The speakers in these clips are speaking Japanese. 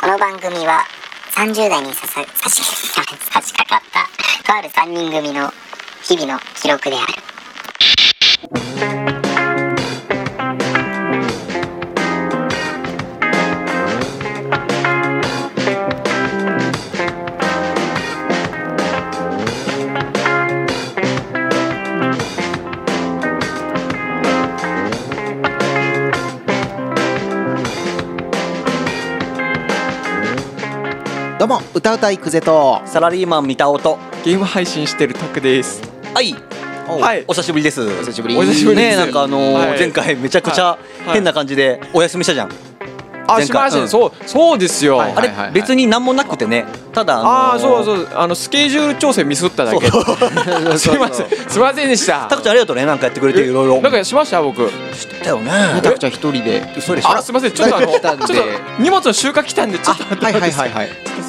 この番組は30代に差し掛かったとある3人組の日々の記録である。 どうも歌うたいくぜとサラリーマン三田尾とゲーム配信してるタクです。 はいお久しぶりです。 お久しぶりお久しぶりです。 ね、なんかはい前回めちゃくちゃ変な感じでお休みしたじゃん。 あ、しましたね。そうですよ。 あれ別になんもなくてね、ただそうスケジュール調整ミスっただけ。すいませんでした。 タクちゃんありがとうね、なんかやってくれていろいろ。 なんかしました僕。 知ってたよね。 タクちゃん一人で嘘でしょ。 あ、すいません、ちょっと荷物の集荷来たんでちょっと待って。 はいちょっとすいま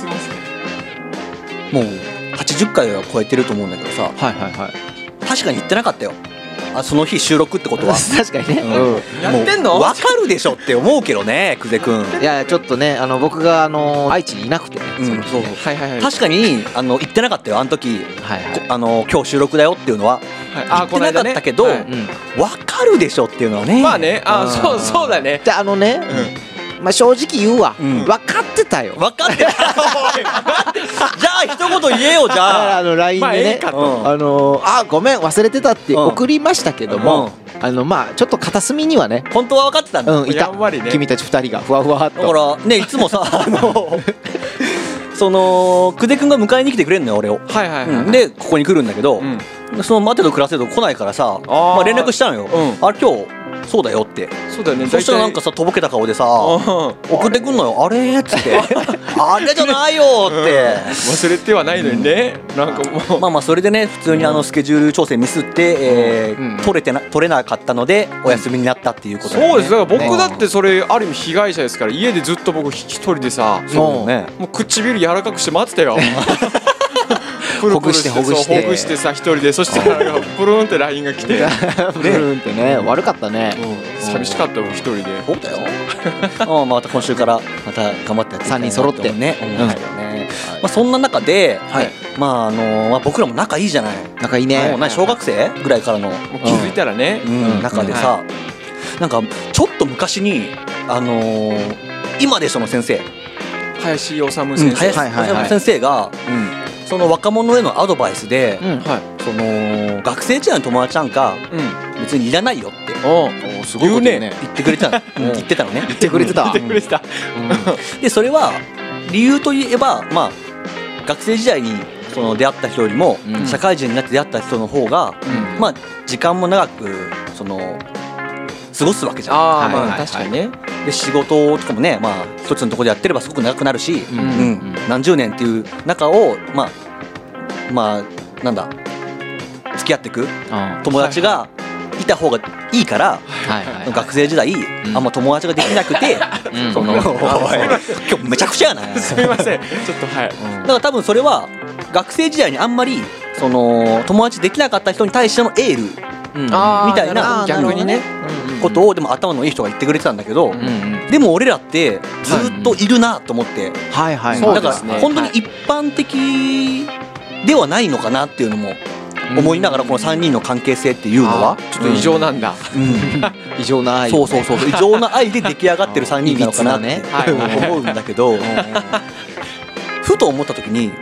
せん。 もう80回は超えてると思うんだけどさ、確かに言ってなかったよ。その日収録ってことは確かにね、 やってんの？ わかるでしょって思うけどね、久世くん。 いやちょっとね、僕が愛知にいなくてね、 そう確かに言ってなかったよ、あの時。今日収録だよっていうのは言ってなかったけど、わかるでしょっていうのはね。 まあね、そうだね。 でまあ正直言うわ、分かってたよ。 分かってた。じゃあ一言言えよ。じゃあ LINE でね、ごめん忘れてたって送りましたけども、まあちょっと片隅にはね、 本当は分かってたんだ。 いた。君たち2人がふわふわっと。 だからね、いつもさその久世くんが迎えに来てくれんのよ、俺を。でここに来るんだけど、その待てど暮らせど来ないからさ、連絡したのよ。あれ今日そうだよって。 そうだね。 そしたらなんかさ、とぼけた顔でさ送ってくんのよ。あれっつってあれじゃないよって忘れてはないのにね。なんかもうまあそれでね、普通にスケジュール調整ミスって取れなかったのでお休みになったっていうことで。 そうです。だから僕だってそれある意味被害者ですから、家でずっと僕一人でさ、もう唇柔らかくして待ってたよ。 ほぐしてさ、 一人で。そしてプルーンって LINE が来て、 プルーンってね、悪かったね。 寂しかった僕一人で。 そうだよ。また今週からまた頑張ってやっていきたいなと 3人揃ってね。そんな中で僕らも仲いいじゃない。 仲いいね。 小学生ぐらいからの気づいたらね、 中でさ、なんかちょっと昔に今でその先生林修先生がその若者へのアドバイスで、その学生時代の友達なんか別にいらないよってすごいことね言ってくれたの。言ってたのね。 言ってくれてた。 でそれは理由といえば、まあ学生時代にその出会った人よりも社会人になって出会った人の方がまあ時間も長くその過ごすわけじゃん。 確かにね。 で仕事とかもね、まあ一つのところでやってればすごく長くなるし、何十年っていう中をまあなんだ付き合っていく友達がいた方がいいから、学生時代あんま友達ができなくて、その今日めちゃくちゃやな。 すみません。ちょっとだから多分それは学生時代にあんまりその友達できなかった人に対してのエールみたいな逆にねことをでも頭のいい人が言ってくれてたんだけど、でも俺らってずっといるなと思って、だから本当に一般的ではないのかなっていうのも思いながら、この3人の関係性っていうのはちょっと異常なんだ。 異常な愛。 そう異常な愛で出来上がってる3人なのかなって思うんだけど、ふと思った時に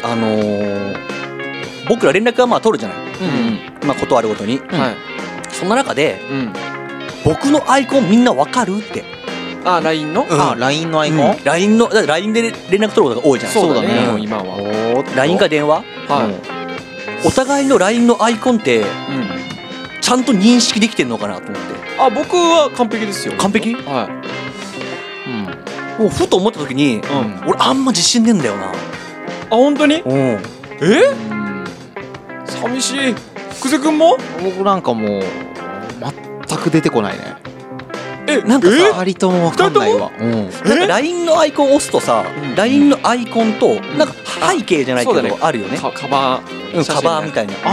僕ら連絡はまあ取るじゃない、まあことあるごとに。そんな中で僕のアイコンみんなわかるって。 LINE の LINE のアイコン、 LINE で連絡取ることが多いじゃん。 そうだね。今は LINE か電話、お互いの LINE のアイコンってちゃんと認識できてんのかなと思って。 僕は完璧ですよ。 完璧？もうふと思った時に俺あんま自信ねえんだよな。 本当に？寂しい。久世くんも？ 僕なんかもう全く出てこないね。 なんかさ 2人とも分かんないわ。 なんか LINE のアイコン押すとさ、LINE のアイコンとなんか背景じゃないけどあるよね。 カバーみたいな。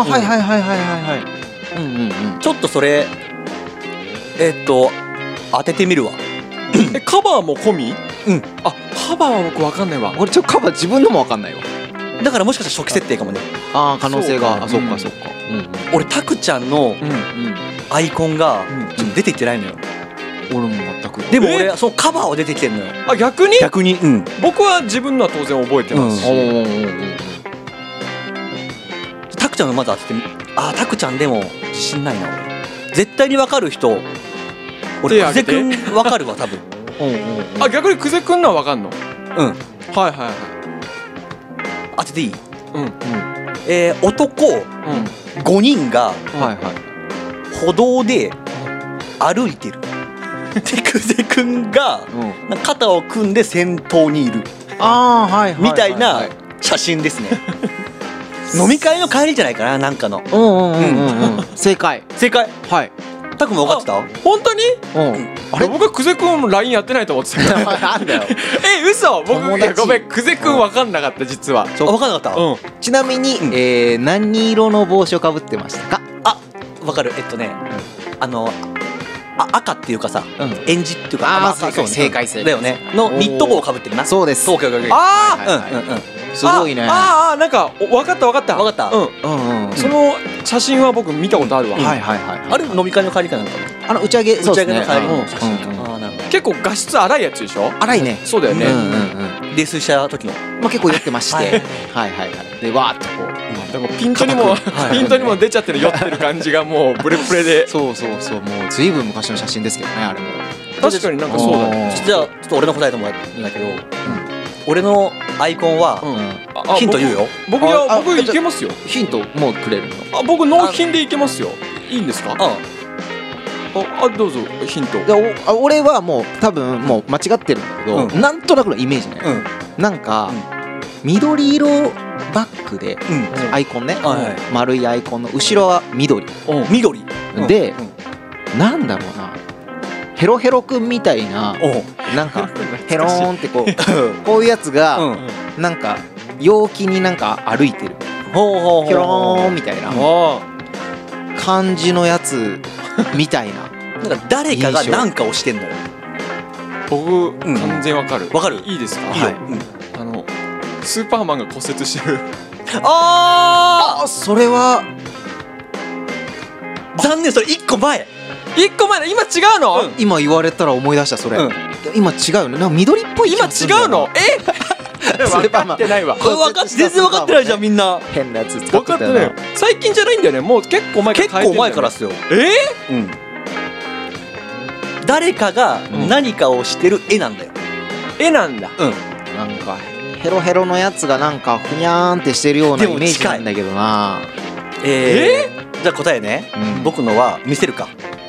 ちょっとそれ当ててみるわ。 カバーも込み？ うん。 あ、 カバーは僕わかんないわ。 俺ちょっとカバー自分のも分かんないわ。 だからもしかしたら初期設定かもね。 ああ可能性が。あそそうかっかそっか。 俺タクちゃんのアイコンがちょっと出てきてないのよ。 俺も全く。 でも俺そのカバーは出てきてんのよ。 あ、逆に逆に。 僕は自分のは当然覚えてますし、 タクちゃんのまず当ててみ。あ、タクちゃんでも自信ないな俺。絶対に分かる人。俺手挙げて久世くん分かるわ多分。 あ、逆に久世くんのはわかんの。 うん。 はいはいはい。 当てていい？ うん男5人がはいはい。 歩道で歩いてる。で久世くんが肩を組んで先頭にいるああはいはい。 みたいな写真ですね。飲み会の帰りじゃないかな、なんかの。 正解。 正解。 はい。 タクも分かってた？ 本当に？ あれ僕は久世くん LINE やってないと思ってたから。 なんだよ。 嘘。僕友達ごめん、久世くんわかんなかった実は。 あ、分かんなかった？ ちなみに何色の帽子をかぶってましたか？ あ、分かる。赤っていうかさ、エンジっていうか、 あー正解だよね。のニット帽をかぶってるな。 そうです。 そうか。 あすごいね。 なんかわかった。 分かった。 その写真は僕見たことあるわ。 はい。 あれ飲み会の帰りかなんかの。 打ち上げ打ち上げの帰りの写真か。ああ、なるほど。 結構画質荒いやつでしょ？ 荒いね。 そうだよね。 泥酔した時の。 まあ結構酔ってまして、はいはいはい。でわーっとこう。 でもピントにも出ちゃってる酔ってる感じがもうブレブレで。 そうもうずいぶん昔の写真ですけどねあれも。 確かになんかそうだね。 じゃあちょっと俺の答えてもらうんだけど、俺のアイコンはヒント言うよ。 僕いけますよ。 ヒントもうくれるの？ あ、僕納品でいけますよ。いいんですか？あ、どうぞヒント。 俺はもう多分もう間違ってるんだけど、なんとなくのイメージね。なんか緑色バックでアイコンね、丸いアイコンの後ろは緑で、なんだろうな、ヘロヘロくんみたいな、なんかヘローンってこういうやつがなんか陽気になんか歩いてる、ヘローンみたいな感じのやつみたいな。 なんか誰かが何かをしてんのよ。 僕完全わかる。 わかる？ いいですか？ いいよ。 スーパーマンが骨折してる。 それは残念、それ1個前だ。 今違うの？ 今言われたら思い出した。それ今違うよね。なんか緑っぽい。 今違うの？分かってないわ。 全然分かってないじゃんみんな。 変なやつ使分かってないよ。最近じゃないんだよね。もう結構前から。 結構前からっすよ。誰かが何かをしてる絵なんだよ。 絵なんだ。 なんかヘロヘロのやつがなんかふにゃーんってしてるようなイメージなんだけどな。 じゃあ答えね。僕のは見せるか。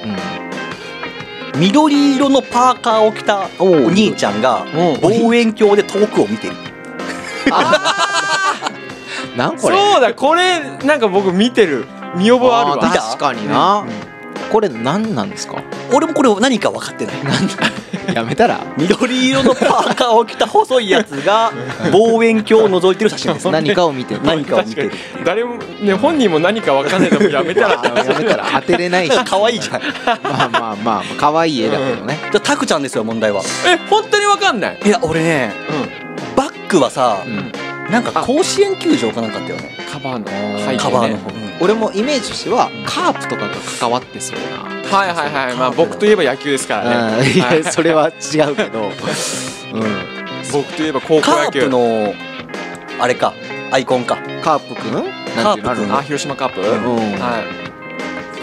緑色のパーカーを着たお兄ちゃんが望遠鏡で遠くを見てる。 なんこれ。 そうだ、これなんか僕見てる。見覚えあるわ。 確かにな。これ何なんですか？ 俺もこれ何か分かってない。 やめたら。 緑色のパーカーを着た細いやつが望遠鏡を覗いてる写真です。 何かを見てる。 何かを見てる。 誰もね、本人も何か分かんないでもやめたら当てれないし。 可愛いじゃん。 まあ可愛い絵だけどね。 じゃあタクちゃんですよ問題は。 本当に分かんない。 いや俺ね、バックはさ、なんか甲子園球場かなんかあったよね。 カバーの背景ね。 カバーの方。 俺もイメージとしてはカープとかが関わってそうな。 はい。まあ僕といえば野球ですからね。 いやそれは違うけど。 僕といえば高校野球。 カープのあれかアイコンか。 カープくん？ カープくん。 あ、広島カープ。はい。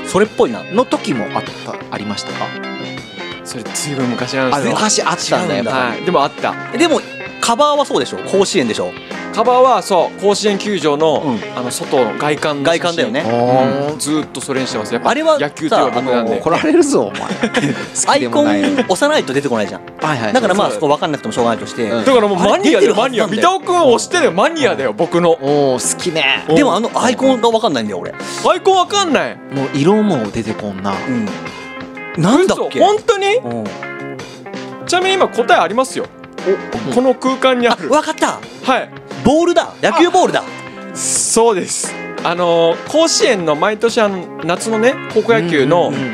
それっぽいな。 の時もありましたか？ それずいぶん昔なんですよ。 昔あったんだよ。 でもあった。 でもカバーはそうでしょ。甲子園でしょ。 カバーはそう甲子園球場の外の外観だよね。 ずっとそれにしてます。やっぱあれは野球といえば僕なんで。 怒られるぞお前。 アイコン押さないと出てこないじゃん。だからまあそこ分かんなくてもしょうがないとして。だからもうマニアでマニア。三田尾くんを押してるマニアだよ僕の。 おお好きね。 でもアイコンが分かんないんだよ俺。 アイコン分かんない。 もう色も出てこんな。 なんだっけ。 本当に？ちなみに今答えありますよ。この空間にある。 分かった。 はい。 ボールだ。野球ボールだ。 そうです。甲子園の毎年夏のね高校野球の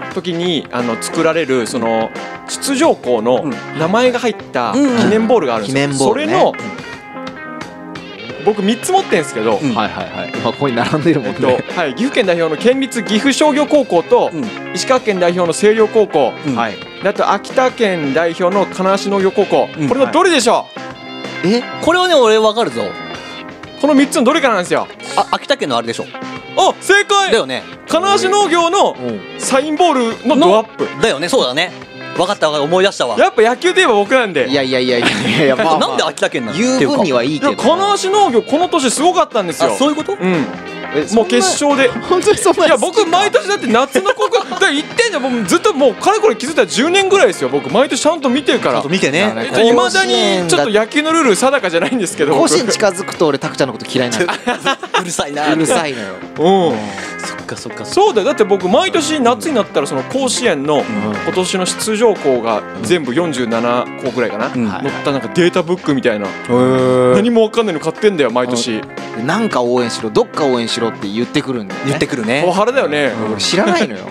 時に作られるその出場校の名前が入った記念ボールがあるんですよ、 記念ボールね。 それの僕3つ持ってるんですけど、 はいはいはい。ここに並んでるもんね。 はい、岐阜県代表の県立岐阜商業高校と、石川県代表の星稜高校、 はい。 であと秋田県代表の金足農業高校、これのどれでしょこれはね俺分かるぞ。 う？この3つのどれかなんですよ。 秋田県のあれでしょ。 あ、正解だよね。 金足農業のサインボールのドアップだよね。そうだね。分かった思い出したわ。 やっぱ野球といえば僕なんで。 いやいやいやいやいや、まあなんで秋田県なの？ 十分にはいいけど。 金足農業この年すごかったんですよ。 そういうこと？ もう決勝で本当にそんな。 いや僕毎年だって夏の高校だから言ってんじゃん。僕ずっともうかれこれ気づいたら10年ぐらいですよ。僕毎年ちゃんと見てるから。 見てね。 いまだにちょっと野球のルール定かじゃないんですけど、 甲子園近づくと俺タクちゃんのこと嫌いになる。 うるさいな。 うるさいのよ。 そっかそっか。 そうだよ。だって僕毎年夏になったらその甲子園の今年の出場校が全部47校ぐらいかな、載ったなんかデータブックみたいな、何も分かんないの買ってんだよ毎年。 なんか応援しろ、どっか応援しろって言ってくるんだよね。 言ってくるね。 大原だよね。 俺知らないのよ。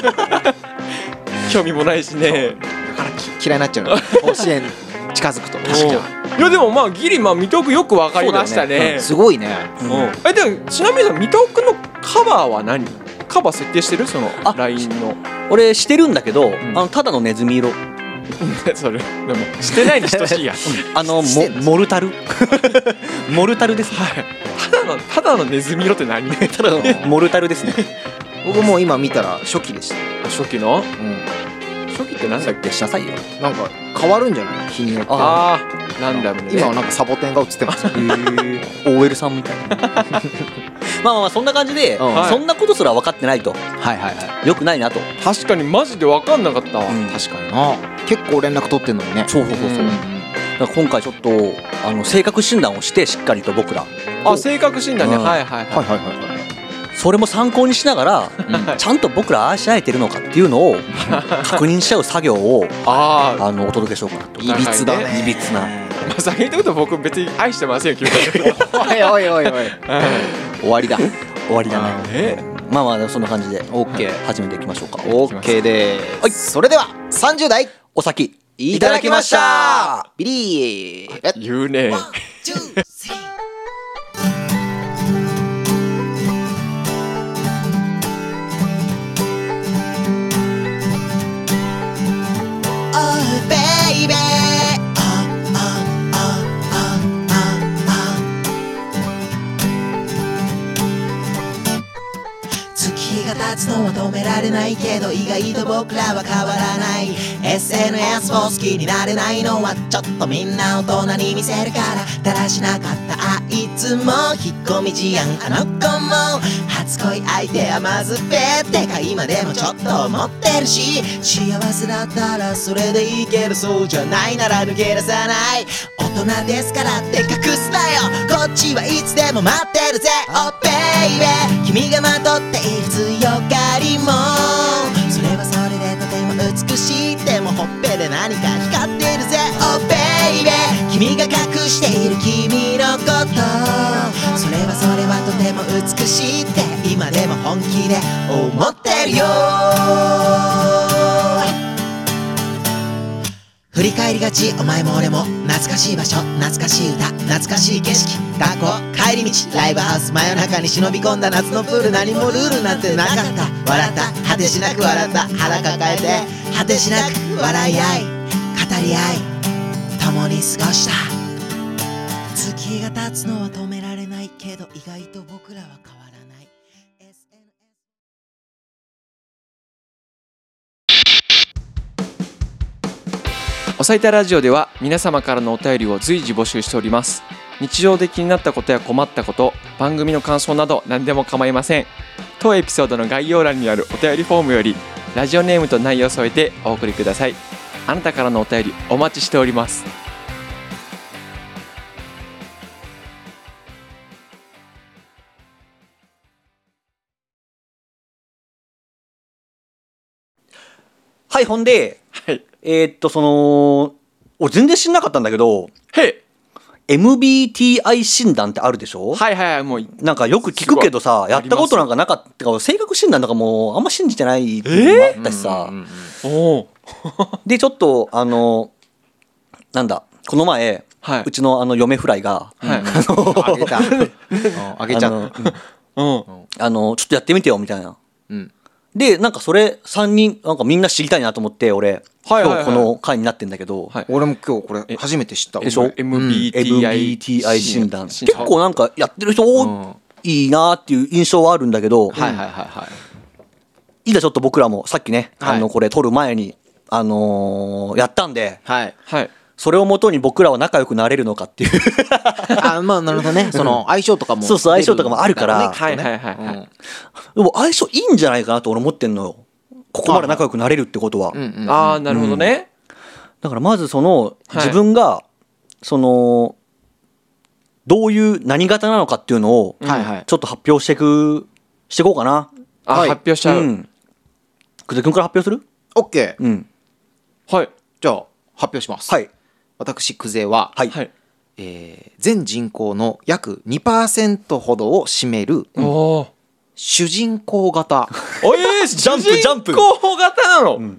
興味もないしね。 だから嫌いになっちゃうの。甲子園近づくと。確かに。 いやでもまあギリ水戸区よく分かりましたね。 すごいね。 でもちなみに水戸区のカバーは何？カバー設定してる？そのラインの。 俺してるんだけど、ただのネズミ色。 それでもしてないに等しいや。 モルタルモルタルですね。 ただのネズミ色って何？ ただのモルタルですね。 僕も今見たら初期でした。 初期の？初期ってなんだっけ？ しなさいよ。 なんか変わるんじゃない？日によって。 ああ、なんだろうね。 今はなんかサボテンが映ってます。 OL さんみたいな。まあそんな感じで、そんなことすら分かってないと。 はいはいはい。 よくないなと。 確かにマジで分かんなかったわ。 確かにな。結構連絡取ってんのにね。 そう。今回ちょっと性格診断をしてしっかりと僕ら。 性格診断ね。はい。 それも参考にしながら、ちゃんと僕ら愛し合えてるのかっていうのを確認しちゃう作業をお届けしようかなと。 いびつだね。 いびつな。 先に言ったこと僕別に愛してませんよ君たち。 おい。終わりだ。 終わりだね。まあそんな感じで OK 始めていきましょうか。 OK です。それでは30代お先いただきました。ビリー言うね。 立つのは止められないけど意外と僕らは変わらない。 SNS を好きになれないのはちょっとみんな大人に見せるから。だらしなかったあいつも引っ込み思案あの子も初恋相手はまずべってか今でもちょっと思ってるし、幸せだったらそれでいいけどそうじゃないなら抜け出さない。大人ですからって隠すなよ、こっちはいつでも待ってるぜ。 Oh baby 君がまとっている強がりもそれはそれでとても美しい。でもほっぺで何か光ってるぜ。 Oh baby 君が隠している君のことそれはとても美しいって今でも本気で思ってるよ。振り返りがちお前も俺も懐かしい場所懐かしい歌懐かしい景色学校帰り道ライブハウス真夜中に忍び込んだ夏のプール何もルールなんてなかった。笑った果てしなく笑った腹抱えて果てしなく笑い合い語り合い共に過ごした。月が経つのは止められないけど意外と僕らは変わらない。 おさいたラジオでは皆様からのお便りを随時募集しております。日常で気になったことや困ったこと、番組の感想など何でも構いません。当エピソードの概要欄にあるお便りフォームよりラジオネームと内容を添えてお送りください。あなたからのお便りお待ちしております。 はい、ほんではい。 俺全然知んなかったんだけど、 へ MBTI 診断ってあるでしょ。 はいはいはい、もうなんかよく聞くけどさ、やったことなんかなかったから、性格診断とかもあんま信じてないっていうのもあったしさ、 おおでちょっとなんだこの前、 はいうちの嫁フライが、 はいあげたあげちゃったちうんょっとやってみてよみたいな。 うんでなんかそれ3人なんかみんな知りたいなと思って俺、 はいはいはい今日この回になってんだけど、 はい俺も今日これ初めて知ったでしょ MBTI 診断診結構なんかやってる人多いなっていう印象はあるんだけど、 はいはいはいはいいざちょっと僕らもさっきね、 はいこれ撮る前にやったんで、 はいはいそれをもとに僕らは仲良くなれるのかっていうあまあなるほどねその相性とかもそうそう相性とかもあるから出るんだろうねはいはいはいはいきっでも相性いいんじゃないかなと俺思ってんのよ、ここまで仲良くなれるってことは、 とねうんうんああなるほどね、 だからまずそのはい自分がそのどういう何型なのかっていうのをはいはいちょっと発表していこうかな。 あ、 はい発表しちゃう、 ん久世君から発表する？ オッケーうんはいじゃあ発表しますはい私久世ははい、 はい、 全人口の約 2% ほどを占めるおお主人公型おいジャンプジャンプ主人公型なの、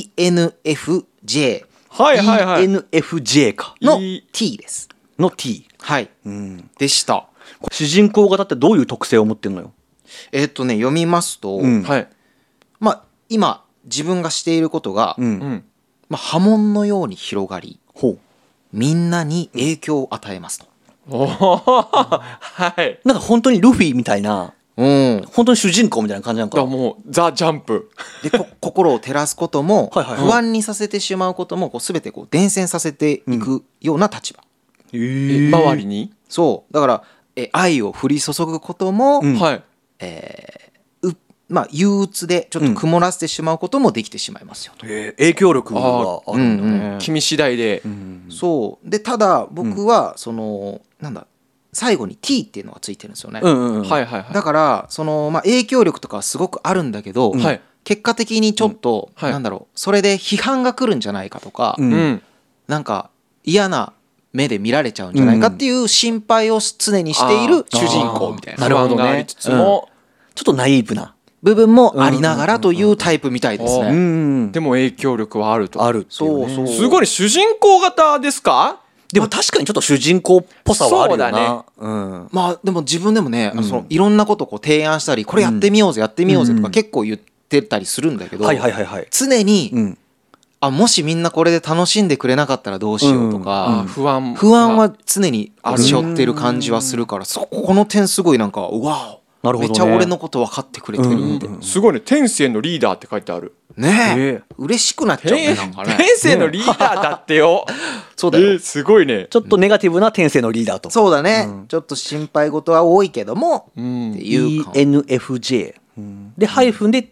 ENFJ はいはいはい ENFJ かのいい T ですの T、 はいうん、 でした主人公型ってどういう特性を持ってんのよ？ 読みますと、 うんはいまあ今自分がしていることが、 うんうんまあ、波紋のように広がりほうみんなに影響を与えますと、 おおはいなんか本当にルフィみたいなうん、 本当に主人公みたいな感じなんかだからもうザ・ジャンプで心を照らすこともはいはいはい不安にさせてしまうこともこう全てこう伝染させていくような立場、 周りに、 そうだから愛を降り注ぐことも、 うんはいまあ、憂鬱でちょっと曇らせてしまうこともできてしまいますよと、 影響力があるんだね、 君次第で、 うんそうでただ僕はその、なんだ最後に T っていうのがついてるんですよね、 うんうんうんはいはいはいだからその、まあ、影響力とかはすごくあるんだけど、 はい結果的にちょっと、 はいなんだろうそれで批判が来るんじゃないかとか、 うんうんなんか嫌な目で見られちゃうんじゃないかっていう心配を常にしている主人公みたいななるほどね不安がありつつも、 ちょっとナイーブな部分もありながらというタイプみたいですね。 んでも影響力はあるとあるっていうねそうそうすごい主人公型ですか？ でも確かにちょっと主人公っぽさはあるよな。 そうだねうんまあでも自分でもね、 うんそのいろんなことをこう提案したりこれやってみようぜやってみようぜとうんか結構言ってたりするんだけど、 はいはいはいはい。 常に、 うんもしみんなこれで楽しんでくれなかったらどうしようとか、 不安不安は常にある背負ってる感じはするからこの点すごいなんかうわなるほどねめっちゃ俺のこと分かってくれてるって、 すごいね天性のリーダーって書いてあるねええ嬉しくなっちゃうねなんかね天性のリーダーだってよそうだよ、 すごいねちょっとネガティブな天性のリーダーと。 そうだね、ちょっと心配事は多いけども、 うんっていうか ENFJ でハイフンで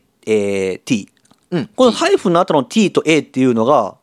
T。 うんこのハイフンの後の T と A っていうのが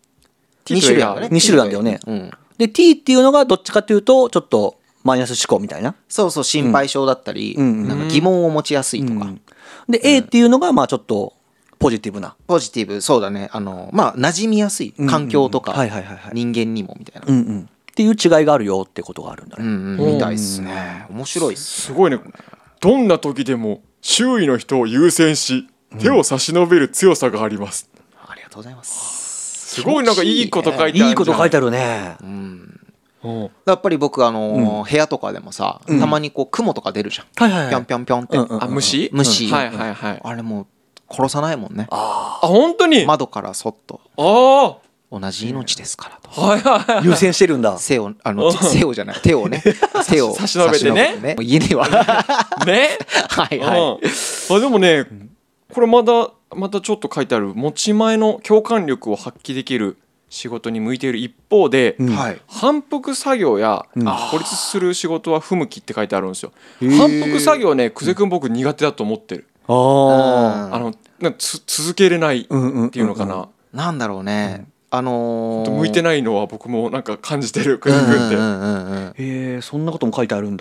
2種類あるね 2種類なんだよね。 うん、 で T っていうのがどっちかというとちょっとマイナス思考みたいな。 そうそう心配性だったり、 うんなんか疑問を持ちやすいとか、 で A っていうのがまあちょっとポジティブな。 ポジティブそうだねまあ馴染みやすい環境とか、 はいはいはいはい。 人間にもみたいな、 うんうん。っていう違いがあるよってことがあるんだね。 みたいっすね面白いっすすごいねどんな時でも周囲の人を優先し手を差し伸べる強さがあります、 ありがとうございますすごいなんかいいこと書いてあるじゃんいいこと書いてあるね。 うんやっぱり僕部屋とかでもさ、たまにこう雲とか出るじゃん、 はいはいはい。 ぴょんぴょんぴょんって、 あ虫虫、 はいはいはいあれもう殺さないもんねあ本当に窓からそっとあ同じ命ですからと、 はいはい優先してるんだ。 背を背をじゃない手をね手を差し伸べてね差し伸べもう言えねえわねはいはい、 うん、でもねこれまたちょっと書いてある持ち前の共感力を発揮できる仕事に向いている一方で、 はい反復作業やん孤立する仕事は不向きって書いてあるんですよ。 へー反復作業ね久世君僕苦手だと思ってる。 あなんか続けれないあ。 っていうのかな。 なんだろうね、 向いてないないのは僕もなんか感じてる久世君って。 へえそんなことも書いてあるんだ。 なんか飽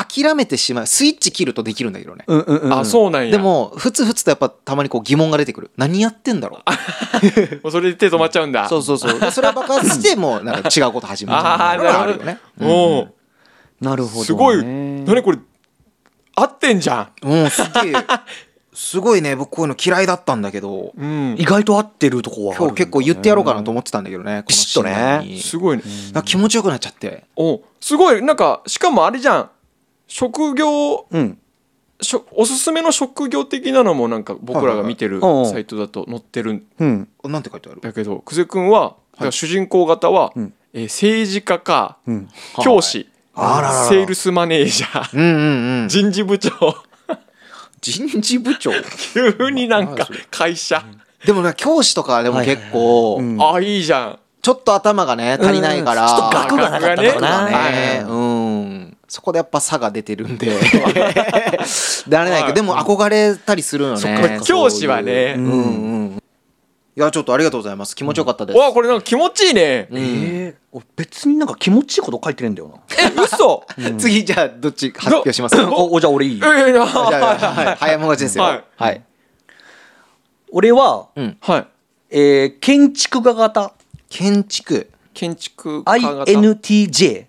諦めてしまう、スイッチ切るとできるんだけどね。 あ、そうなんや。 でもふつふつとやっぱたまにこう疑問が出てくる。何やってんだろう。 もうそれで手止まっちゃうんだ。 そうそうそう。でそれは爆発してもうなんか違うこと始めちゃうのがあるよね。 おお、 なるほどね。 すごい。何これ合ってんじゃん。 うん、すげえすごいね。僕こういうの嫌いだったんだけど、 うん。 意外と合ってるとこはあるんだね。 今日結構言ってやろうかなと思ってたんだけどね。 ビシッとねこの新聞にすごいね。 なんか気持ちよくなっちゃって。 お、すごい。なんかしかもあれじゃん。職業うん。 おすすめの職業的なのもなんか僕らが見てるはいはいはいサイトだと載ってるんうん。 なんて書いてある？ だけど、久世君はだから主人公型はうん政治家かうん。 教師、 あらららセールスマネージャー、 うんうんうん。 人事部長、 人事部長。 急になんか会社、 でもね、教師とかでも結構、 うんあ、いいじゃん。 ちょっと頭がね足りないから、 ちょっと額がなかったのかな。 額がね、うん、そこでやっぱ差が出てるんでなれないけど、でも憧れたりするよね。 教師はねそういううんうん。いやちょっとありがとうございます。気持ちよかったです。 わ、これなんか気持ちいいね。 俺別になんか気持ちいいこと書いてねえんだよな。 嘘。 次じゃあどっち発表しますか？ じゃあ俺いい？ じゃあはい早もがちですよ。 はいはい。 俺ははい。 建築家型建築。 建築家型 INTJ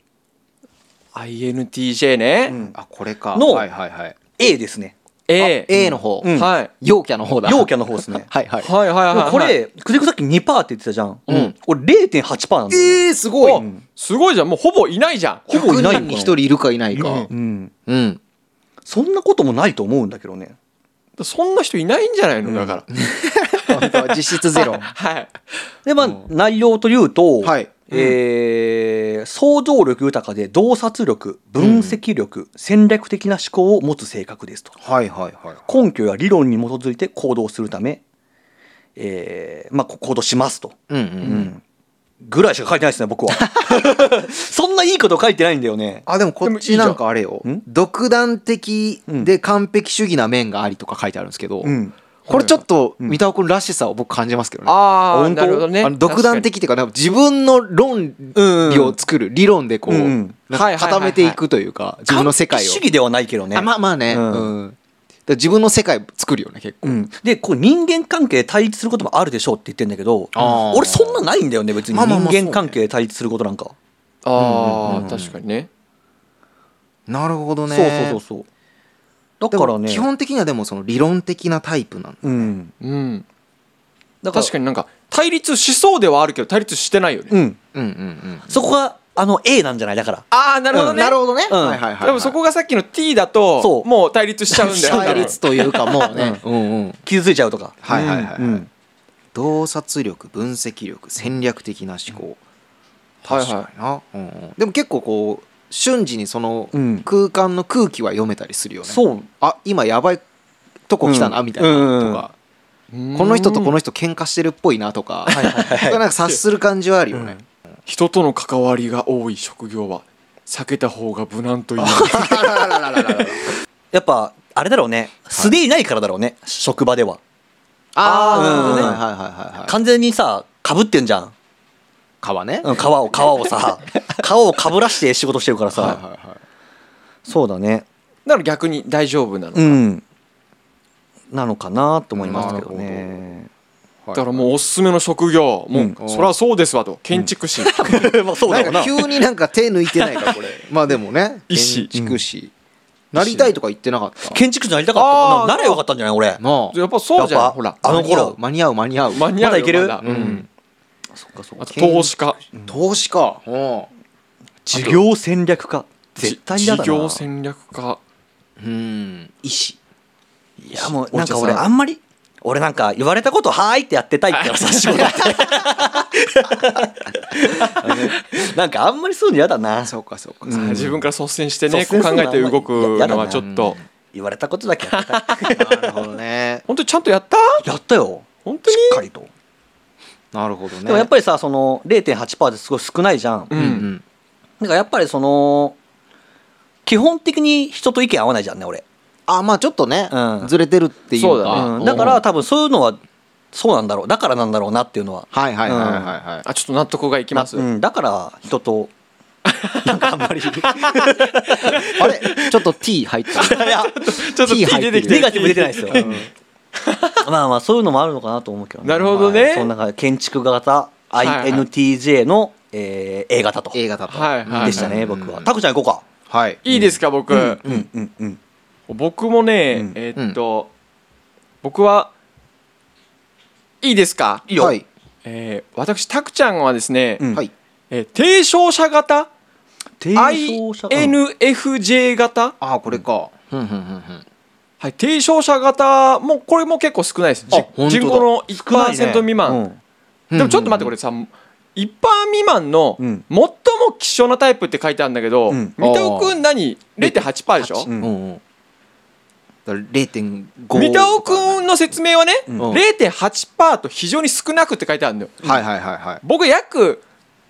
INTJ ね。 あ、これか。 のはいはいはい。 A ですね。 A。 A の方。 うんはい。 陽キャの方だ。 陽キャの方ですね。 はいはい。 はいはいはいはい。 これ久世君さっき 2% って言ってたじゃん。 うん俺 0.8% なんだよね。 すごお、すごいじゃん。もうほぼいないじゃん。 ほぼいない 100人に1人いるかいないか。 うん。 うん。 そんなこともないと思うんだけどね。 そんな人いないんじゃないのだから。 本当は実質ゼロ。 はい。 でまあ内容というと、 はい。 想像力豊かで洞察力分析力、戦略的な思考を持つ性格ですと。 はいはいはい。 根拠や理論に基づいて行動するため、まあ行動しますと、 うんう。 うんん、ぐらいしか書いてないですね僕は。そんないいこと書いてないんだよね。 あ、でもこっちなんかあれよでもいいじゃん。 独断的で完璧主義な面がありとか書いてあるんですけど、 うん、 これちょっと三田尾君らしさを僕感じますけどね。 ああ、 本当なるほどね。 独断的っていうか、なんか自分の論理を作る、理論でこう、 うんうんなんか固めていくというか、自分の世界を。 完璧主義ではないけどね。 あ、まあまあね。 うんうん。だから自分の世界作るよね、結構。 うん、でこう人間関係で対立することもあるでしょうって言ってんだけど、 あー俺そんなないんだよね別に。 まあまあまあ人間関係で対立することなんか。 ああ、確かにね。 なるほどね。 そうそうそうそう。だでからね。 も基本的にはでもその理論的なタイプなんだ。 うん。 うん。 だから確かになんか対立しそうではあるけど対立してないよね。 うん。 うんうんうん。 そこがA なんじゃないだから。 ああ、なるほどね。 なるほどね。 うんはいはいはい。 でもそこがさっきの T だとそうもう対立しちゃうんだよ。 対立というかもうね。うんうん。 傷ついちゃうとか。 はいはいはい。 うん。 洞察力、分析力、戦略的な思考。 はいはい確かにな。うんうん。でも結構こう瞬時にそのうん空間の空気は読めたりするよね。 そう。 あ、今やばいとこ来たなみたいなとか。この人とこの人喧嘩してるっぽいなとか、なんか察する感じはあるよね。 人との関わりが多い職業は避けた方が無難という。 やっぱあれだろうね。素でいないからだろうね。職場では。 ああ、 うんはいはいはいはい。 完全にさ被ってんじゃん。 皮ね。 うん皮をさ皮をかぶらして仕事してるからさ。 はいはいはい。 そうだね。 だから逆に大丈夫なのか。 うん。なのかなと思いますけどね。 だからもうおすすめの職業もうんうそりゃそうですわと建築士。 まあそうだろうな。 なんか急になんか手抜いてないかこれ。まあでもね。 医師建築士。なりたいとか言ってなかった。 建築士になりたかった。 あーならよかったんじゃない俺。 なやっぱそうじゃやっぱん。ほらあの頃間に合う間に合う。 間に合うよまだいけるまだうん。 そっかそっか。 あと投資家。 投資か。 事業戦略家。絶対嫌だな。 事業戦略家。 うん。医師。 いやもうお茶さんなんか俺あんまり俺なんか言われたことはーいってやってたいからさ仕事ってなんかあんまりそういうの嫌だな。 そうかそうか。 うん自分から率先してね率先するの考えて動くのはちょっと言われたことだけやってたいなるほどね。 本当にちゃんとやったやったよ本当にしっかりと。 なるほどね。 でもやっぱりさその 0.8% ってすごい少ないじゃん。 ううんんだからやっぱりその基本的に人と意見合わないじゃんね俺。 あ、まあちょっとねうんずれてるっていうか。 そうだねうんだから多分そういうのはそうなんだろう。だからなんだろうなっていうのは。 はいはいはいはいはい。 あちょっと納得がいきますうんだから人となんかあんまりあれちょっと T 入ったいやちょっと T 出てきてネガティブ出てないですよ、まあまあそういうのもあるのかなと思うけどね。 なるほどねはいそんな建築型はいはい INTJ の、A 型と A 型とはいはいでしたね、僕は。タクちゃん行こうか。 はいいいですか僕、 うんうんうん僕もね、僕はいいですか、 いいよはい私タクちゃんはですね、 うんはい提唱者型提唱者 INFJ 型、 ああこれかはい、提唱者型もこれも結構少ないです。 あ本当だ人口の 1% 未満、でもちょっと待ってこれさ、1%未満のうん最も希少なタイプって書いてあるんだけど、 うん三田尾くん何 0.8% でしょ、 うんうんだから 0.5 三田尾くんの説明はね、 うん 0.8% と非常に少なくって書いてあるんだよ。 はいはいはいはい僕約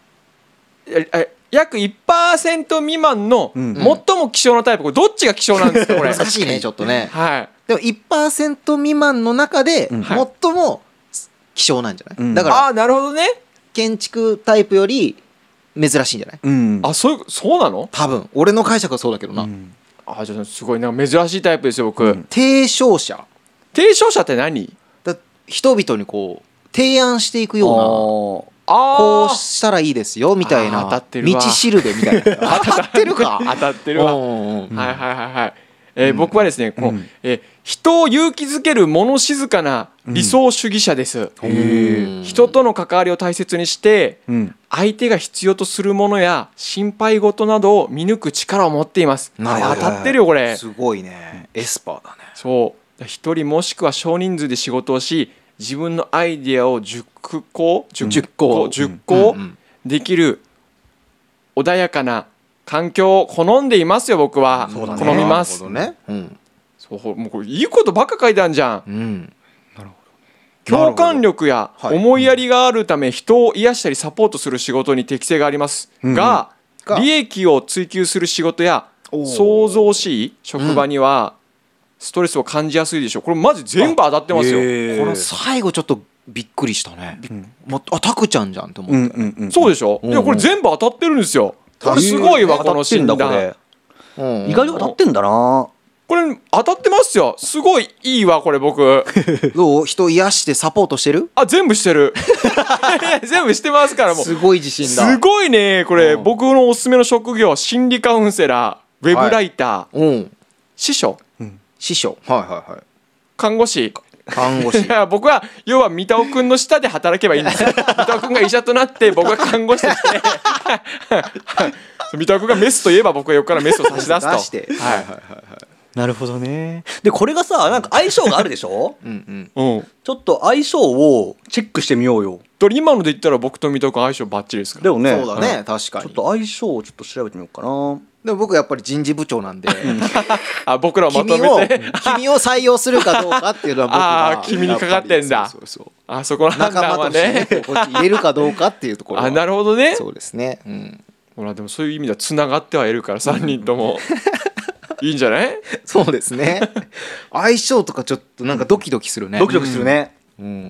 1% 未満のうん最も希少なタイプ、これどっちが希少なんですかこれ難しいねちょっとねはいでも 1% 未満の中でうん最も希少なんじゃない、 うんだからああなるほどね。 建築タイプより珍しいんじゃないうんあそうなの？ 多分俺の解釈はそうだけどな、 うんあじゃあすごいなんか珍しいタイプですよ僕、 うん提唱者提唱者って何？ だ人々にこう提案していくようなこあうしたらいいですよみたいな当たってるわ道しるべみたいな当たってるか当たってるわ、 うんはいはいはいはい、僕はですねこう、 うん人を勇気づける物静かな理想主義者です、 へ人との関わりを大切にしてうん相手が必要とするものや心配事などを見抜く力を持っています。 なるほど当たってるよこれ。 すごいねエスパーだねそう一人もしくは少人数で仕事をし自分のアイデアを10個うんうんできる穏やかな環境を好んでいますよ僕は。 そうだね好みます。 なるほどねそうもうこれいいことばっか書いてあるじゃん。 うん共感力やはい思いやりがあるため人を癒したりサポートする仕事に適性がありますが、 が利益を追求する仕事やおー創造しい職場にはストレスを感じやすいでしょう。これマジ全部当たってますよ。 この最後ちょっとびっくりしたねタクちゃんじゃんって思うんったよねうんうんそうでしょ。 うんいやこれ全部当たってるんですよ。これすごいわこの診断。 当たってんだこうんれ意外と当たってんだな。 これ当たってますよ。すごいいいわこれ僕。 どう人癒してサポートしてるあ全部してる。いや全部してますからもう。 すごい自信だすごいねこれ、 うん僕のおすすめの職業は心理カウンセラー、ウェブライター、 うん司書、 師匠はいはいはい看護師。 看護師いや僕は要は三田尾くんの下で働けばいいんですよ。三田尾くんが医者となって僕が看護師として三田尾くんがメスといえば僕は横からメスを差し出すと。 出してはいなるほどね。でこれがさなんか相性があるでしょうんうんうん。 ちょっと相性をチェックしてみようよ。 どれ今ので言ったら僕と三田尾くん相性バッチリですから。 でもねそうだね確かにちょっと相性をちょっと調べてみようかな。 でも僕やっぱり人事部長なんであ僕らをまと君をめて。 君を採用するかどうかっていうのは僕があー君にかかってんだそうそうそうあそこの判仲断は間としてねね。 こっち入れるかどうかっていうところはあなるほどね。 そうですねうんほらでもそういう意味ではつながってはいるから3人ともいいんじゃない？ そうですね相性とかちょっとなんかドキドキするねドキドキするね。 うん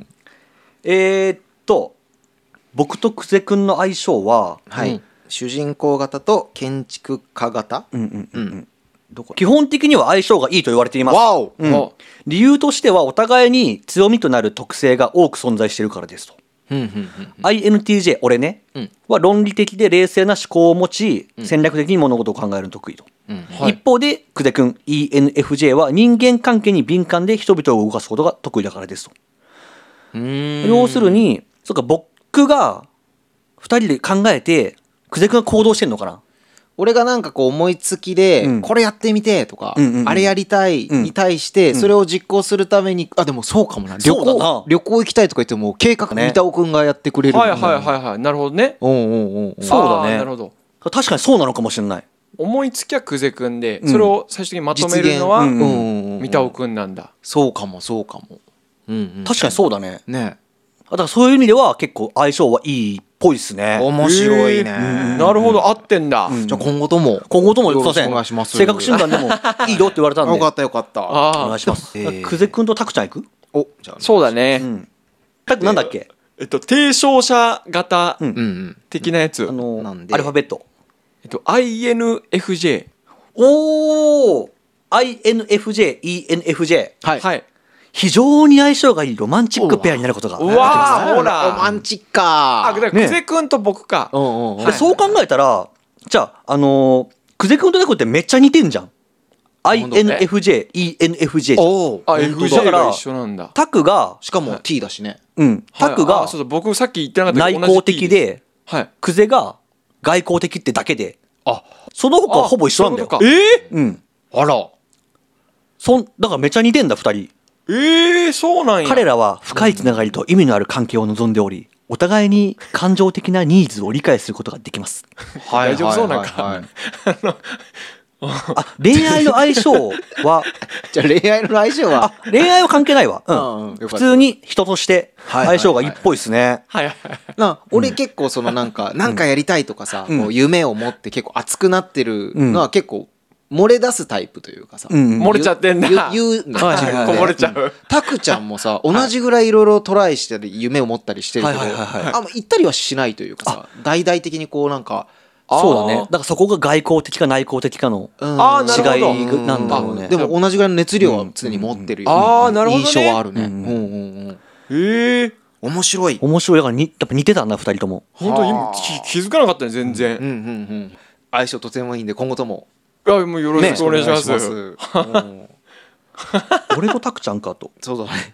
僕と久世くんの相性は、 はい主人公型と建築家型基本的には相性がいいと言われています。 わおうんお理由としてはお互いに強みとなる特性が多く存在しているからですと。 うんうんうん INTJ 俺ね、 うんは論理的で冷静な思考を持ち戦略的に物事を考えるの得意と、 うんはい一方で久世くん ENFJ は人間関係に敏感で人々を動かすことが得意だからですと。要するにそうか僕が2人で考えて久世くんが行動してんのかな。 俺がなんかこう思いつきで、 うんこれやってみてとか、 うんうんうんあれやりたいうんに対してそれを実行するために、あでもそうかもなそうだな旅行行きたいとか言っても計画ね三田尾くんがやってくれるはいはいはいはいなるほどね。 おうおうおうおうそうだねあーなるほど。 確かにそうなのかもしれない。 思いつきは久世くんでうんそれを最終的にまとめるのは実現うんうん三田尾くんなんだ。 そうかもそうかも、うんうん、 確かにそうだね。 ねだからそういう意味では結構相性はいいっぽいですね。 面白いね、 なるほど合ってんだ。 うんじゃあ今後とも今後ともよろしくすいませんお願いします性格診断でもいいよって言われたんでよかったよかったおああ願いします。 ー久世くんとタクちゃん行く？ おじゃあそうだね。 タクなんだっけ？ 提唱者型うんうんうん的なやつ。 アなんでルファベット。 INFJ。 おお INFJ、ENFJ。 はいはい。 非常に相性がいいロマンチックペアになることが。 うわーほらロマンチックかあ、だから久世くんと僕か。 うんうんうんでそう考えたら、じゃあ、久世君と猫ってめっちゃ似てんじゃん。 本当 INFJ、ENFJ じゃん。 おあ、 ー FJ が一緒なんだ。 タクが、 しかも T だしねタクがはいあそうだ、僕さっき言ってなかった内けど同じ向 T 的で、 はい。 久世が外向的ってだけで、 あその他はほぼ一緒なんだよ。 そういうことかあらだからめっちゃ似てんだ、二人。 そうなんや。 彼らは深いつながりと意味のある関係を望んでおり、お互いに感情的なニーズを理解することができます。 はい大丈夫そうなんかはいはい恋愛の相性は、 じゃあ恋愛の相性は恋愛は関係ないわ。 普普通に人として相性がいいっぽいですね。 はいはい。 俺結構そのなんかやりたいとかさ、こう夢を持って結構熱くなってるのは結構漏れ出すタイプというかさ、 漏れちゃってんだ。 言うんだよはいはいはいこぼれちゃう。 タクちゃんもさ同じぐらいいろいろトライして夢を持ったりしてるけどはいはいはいはいあんま行ったりはしないというかさ大々的にこうなんかそうだね。だからそこが外向的か内向的かのあーなるほど違いなんだろうね。 でも同じぐらいの熱量は常に持ってるよあーなるほどね印象はあるねうん面白い面白い。だからやっぱ似てたな、二人とも。 本当に今気づかなかったね全然。 相性とてもいいんで今後ともいやもうよろしくお願いします。 俺とタクちゃんかと。 そうだね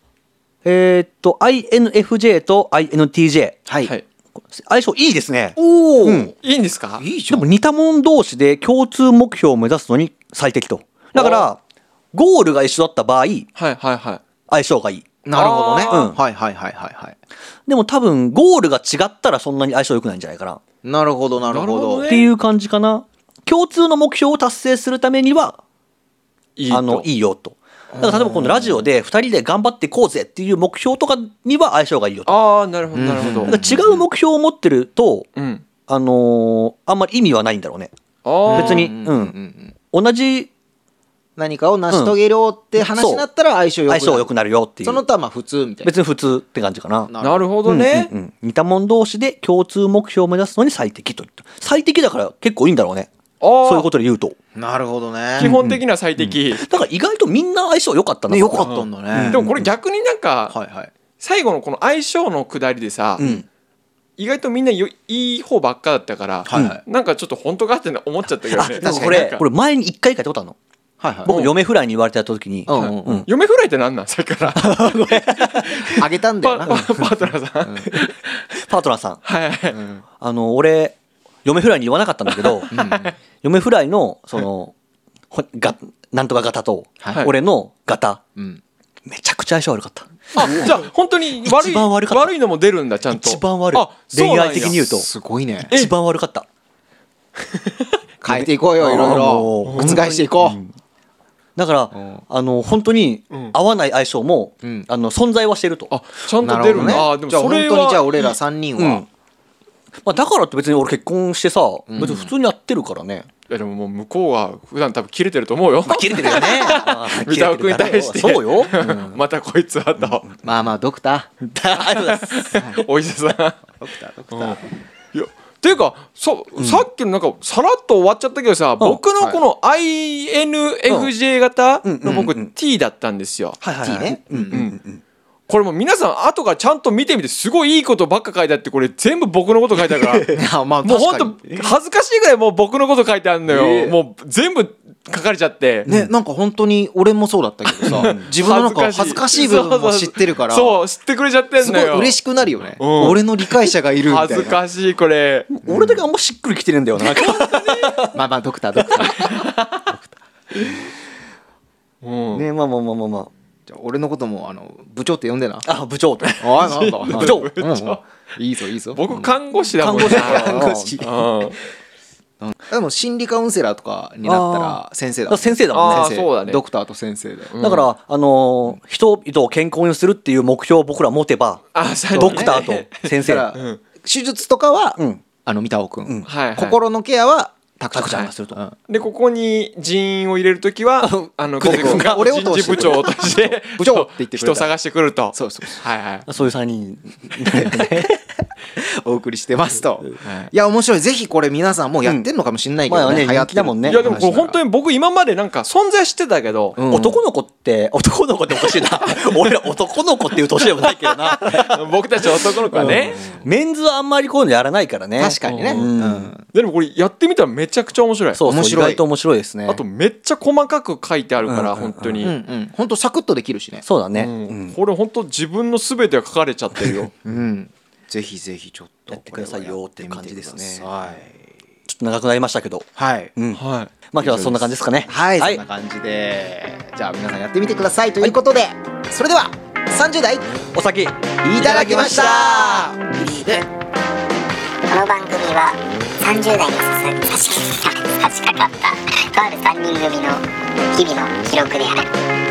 INFJ と INTJ。 はいはい。 相性いいですね。 おおうんいいんですか？ いいじゃんでも似た者同士で共通目標を目指すのに最適と。だからゴールが一緒だった場合はいはいはい。 相性がいい。 なるほどねあーはいはいはいはいはいでも多分ゴールが違ったらそんなに相性良くないんじゃないかななるほどなるほどなるほどねっていう感じかな。共通の目標を達成するためにはいいと。 いいよと。だから例えばこのラジオで2人で頑張っていこうぜっていう目標とかには相性がいいよと。 ああなるほどなるほど。 だから違う目標を持ってるとうん。 あんまり意味はないんだろうね。 あー別に同じ何かを成し遂げろって話になったら相性良くなる相性良くなるよっていう。 その他まあ普通みたいな別に普通って感じかな。 なるほどね。 似た者同士で共通目標を目指すのに最適といった最適だから結構いいんだろうね。 そういうことで言うと。 なるほどね基本的には最適。 だから意外とみんな相性良かったな。 ね良かったんだねでもこれ逆になんかはいはい最後のこの相性のくだりでさ、意外とみんないい方ばっかだったから、 はいはいなんかちょっと本当かって思っちゃったけどね。 でもこなんかれ前に1回書いたことあるの。 はいはい僕嫁フライに言われてた時に嫁フライってなんなんさっきから。 あげたんだよなパートナーさん。 パートナーさんはいはい。 俺嫁フライに言わなかったんだけど嫁フライのそのなんとか型とはい俺の型うんめちゃくちゃ相性悪かった。 あじゃあ本当に一番悪かった悪いのも出るんだちゃんと。 一番悪いあそうなんや恋愛的に言うとすごいね一番悪かった。 変えていこうよいろいろもう覆していこうだから本当に合わない相性もん存在はしてると。 あちゃんと出るんだ。 なあでもじゃあ本それ当にじゃあ俺はら3人はまあだからって別に俺結婚してさ別に普通にやってるからね。 いやでももう向こうは普段多分切れてると思うよ。 切れてるよね。 三田尾君に対してそうよ。 またこいつはと。 まあまあドクタありがとうございます。 お医者さん。 ードクタードクターいやっていうかさっきのなんかさらっと終わっちゃったけどさ、僕のこの INFJ 型の僕 T だったんですよ。 はいはい T はいねこれもう皆さん後からちゃんと見てみてすごいいいことばっか書いてあってこれ全部僕のこと書いてあるからいやまあもうほん確かにと恥ずかしいぐらいもう僕のこと書いてあるのよ。もう全部書かれちゃって。 ねなんか本当に俺もそうだったけどさ自分のなんか恥ずかしい部分も知ってるからそう知ってくれちゃってんすごいのよ。 嬉しくなるよねうん俺の理解者がいるみたいな恥ずかしいこれ。 俺だけあんましっくりきてるんだよな。 まあまあドクタードクターうんねまあまあまあまあまじゃあ俺のことも部長って呼んでなあ。部長と。 ああなんだ部長いいぞいいぞ僕看護師だもんな。 看護師うんでも心理カウンセラーとかになったら先生だもんね先生だもんね。 あー先生そうだねドクターと先生でだから人々を健康にするっていう目標を僕ら持てばあそうドクターと先生だから手術とかはうん三田尾くんはいはい。 心のケアはタクタクちゃんがちゃんがすると。 でここに人員を入れるときは久世君が俺を人通して事部長として部長って言ってくれた人探してくると。 そうそうそうはいはい。 そういう3人。 お送りしてますと。いや面白い。ぜひこれ皆さんもうやってんのかもしれないけどね。 まあね人気だもんね。 いやでもこれ本当に僕今までなんか存在してたけど、 男の子っておかしいな。俺ら男の子っていう年でもないけどな。 僕たち男の子はね、 メンズはあんまりこういうのやらないからね。 確かにね。 でもこれやってみたらめちゃくちゃ面白い。 そう面白い。 意外と面白いですね。 あとめっちゃ細かく書いてあるから本当に。 本当サクッとできるしね。 そうだね。 これ本当自分の全てが書かれちゃってるよ。 ぜひぜひちょっとやってくださいよっていう感じですね。ちょはい。 っと長くなりましたけど。 はい。 はい。 まあ今日はそんな感じですかね。 はい、そんな感じで、じゃあ皆さんやってみてくださいということで、それでは30代お先いいただきました。 この番組は30代に差し掛かったとある3人組の日々の記録である。